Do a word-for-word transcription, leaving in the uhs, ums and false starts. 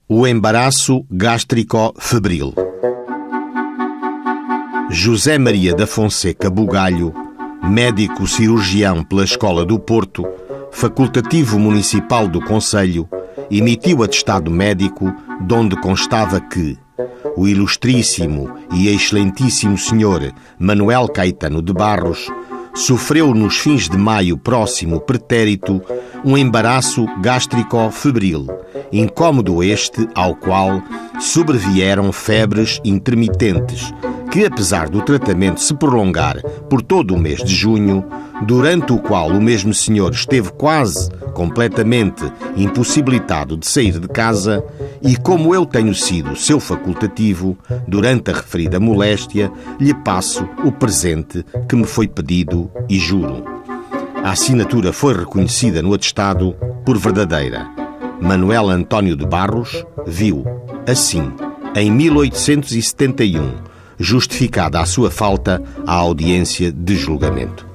O embaraço gástrico-febril. José Maria da Fonseca Bugalho, médico cirurgião pela Escola do Porto, facultativo municipal do Conselho, emitiu atestado médico donde constava que o ilustríssimo e excelentíssimo senhor Manuel Caetano de Barros sofreu nos fins de maio próximo pretérito um embaraço gástrico-febril, incômodo este ao qual sobrevieram febres intermitentes, que apesar do tratamento se prolongar por todo o mês de junho, durante o qual o mesmo senhor esteve quase completamente impossibilitado de sair de casa, e como eu tenho sido seu facultativo durante a referida moléstia, lhe passo o presente que me foi pedido e juro. A assinatura foi reconhecida no atestado por verdadeira. Manuel António de Barros viu, assim, em mil oitocentos e setenta e um, justificada a sua falta à audiência de julgamento.